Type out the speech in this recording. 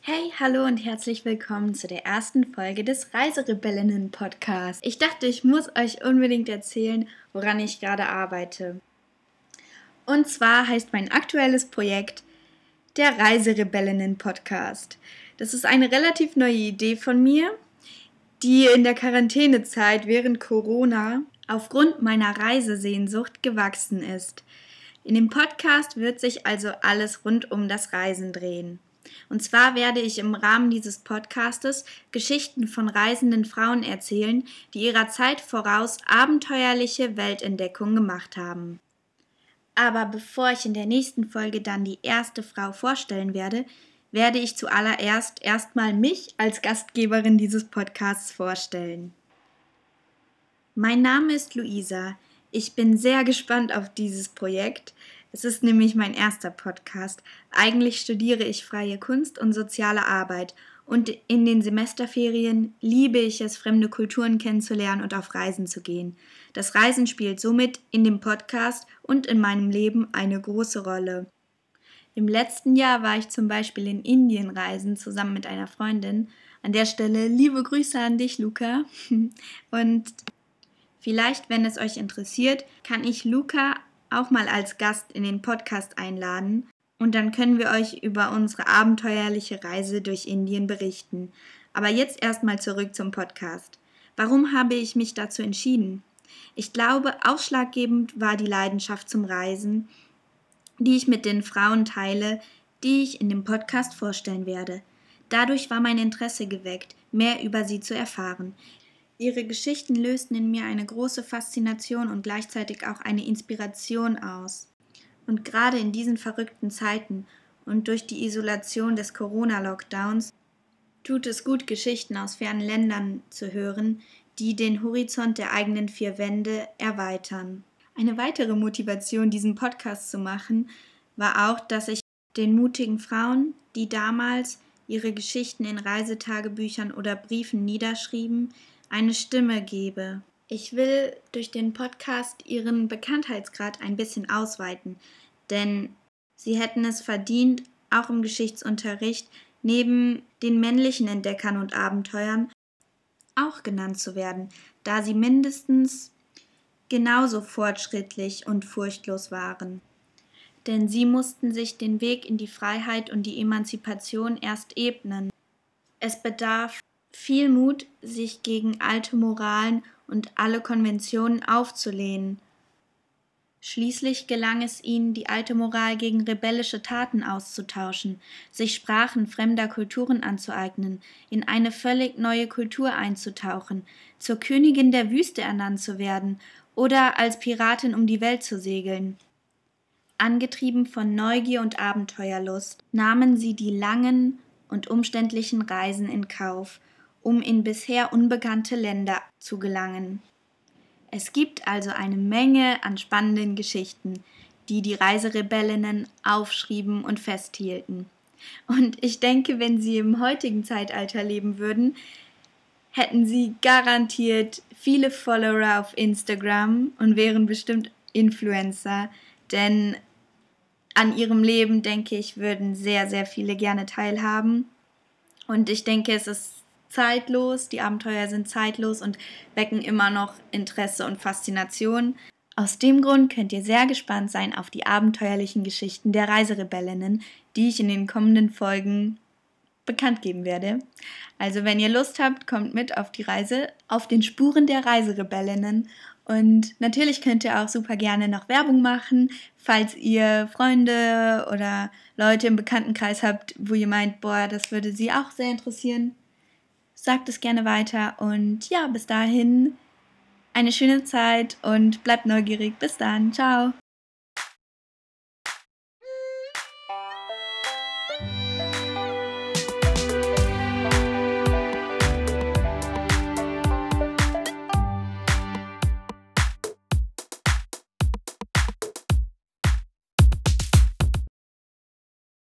Hey, hallo und herzlich willkommen zu der ersten Folge des Reiserebellinnen-Podcasts. Ich dachte, ich muss euch unbedingt erzählen, woran ich gerade arbeite. Und zwar heißt mein aktuelles Projekt der Reiserebellinnen-Podcast. Das ist eine relativ neue Idee von mir, die in der Quarantänezeit während Corona aufgrund meiner Reisesehnsucht gewachsen ist. In dem Podcast wird sich also alles rund um das Reisen drehen. Und zwar werde ich im Rahmen dieses Podcastes Geschichten von reisenden Frauen erzählen, die ihrer Zeit voraus abenteuerliche Weltentdeckungen gemacht haben. Aber bevor ich in der nächsten Folge dann die erste Frau vorstellen werde, werde ich zuallererst erstmal mich als Gastgeberin dieses Podcasts vorstellen. Mein Name ist Luisa. Ich bin sehr gespannt auf dieses Projekt. Es ist nämlich mein erster Podcast. Eigentlich studiere ich freie Kunst und soziale Arbeit und in den Semesterferien liebe ich es, fremde Kulturen kennenzulernen und auf Reisen zu gehen. Das Reisen spielt somit in dem Podcast und in meinem Leben eine große Rolle. Im letzten Jahr war ich zum Beispiel in Indien reisen, zusammen mit einer Freundin. An der Stelle liebe Grüße an dich, Luca. Und vielleicht, wenn es euch interessiert, kann ich Luca auch mal als Gast in den Podcast einladen und dann können wir euch über unsere abenteuerliche Reise durch Indien berichten. Aber jetzt erstmal zurück zum Podcast. Warum habe ich mich dazu entschieden? Ich glaube, ausschlaggebend war die Leidenschaft zum Reisen, die ich mit den Frauen teile, die ich in dem Podcast vorstellen werde. Dadurch war mein Interesse geweckt, mehr über sie zu erfahren. Ihre Geschichten lösten in mir eine große Faszination und gleichzeitig auch eine Inspiration aus. Und gerade in diesen verrückten Zeiten und durch die Isolation des Corona-Lockdowns tut es gut, Geschichten aus fernen Ländern zu hören, die den Horizont der eigenen vier Wände erweitern. Eine weitere Motivation, diesen Podcast zu machen, war auch, dass ich den mutigen Frauen, die damals ihre Geschichten in Reisetagebüchern oder Briefen niederschrieben, eine Stimme gebe. Ich will durch den Podcast ihren Bekanntheitsgrad ein bisschen ausweiten, denn sie hätten es verdient, auch im Geschichtsunterricht neben den männlichen Entdeckern und Abenteuern auch genannt zu werden, da sie mindestens genauso fortschrittlich und furchtlos waren. Denn sie mussten sich den Weg in die Freiheit und die Emanzipation erst ebnen. Es bedarf viel Mut, sich gegen alte Moralen und alle Konventionen aufzulehnen. Schließlich gelang es ihnen, die alte Moral gegen rebellische Taten auszutauschen, sich Sprachen fremder Kulturen anzueignen, in eine völlig neue Kultur einzutauchen, zur Königin der Wüste ernannt zu werden oder als Piratin um die Welt zu segeln. Angetrieben von Neugier und Abenteuerlust nahmen sie die langen und umständlichen Reisen in Kauf, um in bisher unbekannte Länder zu gelangen. Es gibt also eine Menge an spannenden Geschichten, die die Reiserebellinnen aufschrieben und festhielten. Und ich denke, wenn sie im heutigen Zeitalter leben würden, hätten sie garantiert viele Follower auf Instagram und wären bestimmt Influencer, denn an ihrem Leben, denke ich, würden sehr, sehr viele gerne teilhaben. Und ich denke, es ist zeitlos, die Abenteuer sind zeitlos und wecken immer noch Interesse und Faszination. Aus dem Grund könnt ihr sehr gespannt sein auf die abenteuerlichen Geschichten der Reiserebellinnen, die ich in den kommenden Folgen bekannt geben werde. Also wenn ihr Lust habt, kommt mit auf die Reise, auf den Spuren der Reiserebellinnen. Und natürlich könnt ihr auch super gerne noch Werbung machen, falls ihr Freunde oder Leute im Bekanntenkreis habt, wo ihr meint, boah, das würde sie auch sehr interessieren. Sagt es gerne weiter und ja, bis dahin eine schöne Zeit und bleibt neugierig. Bis dann, ciao!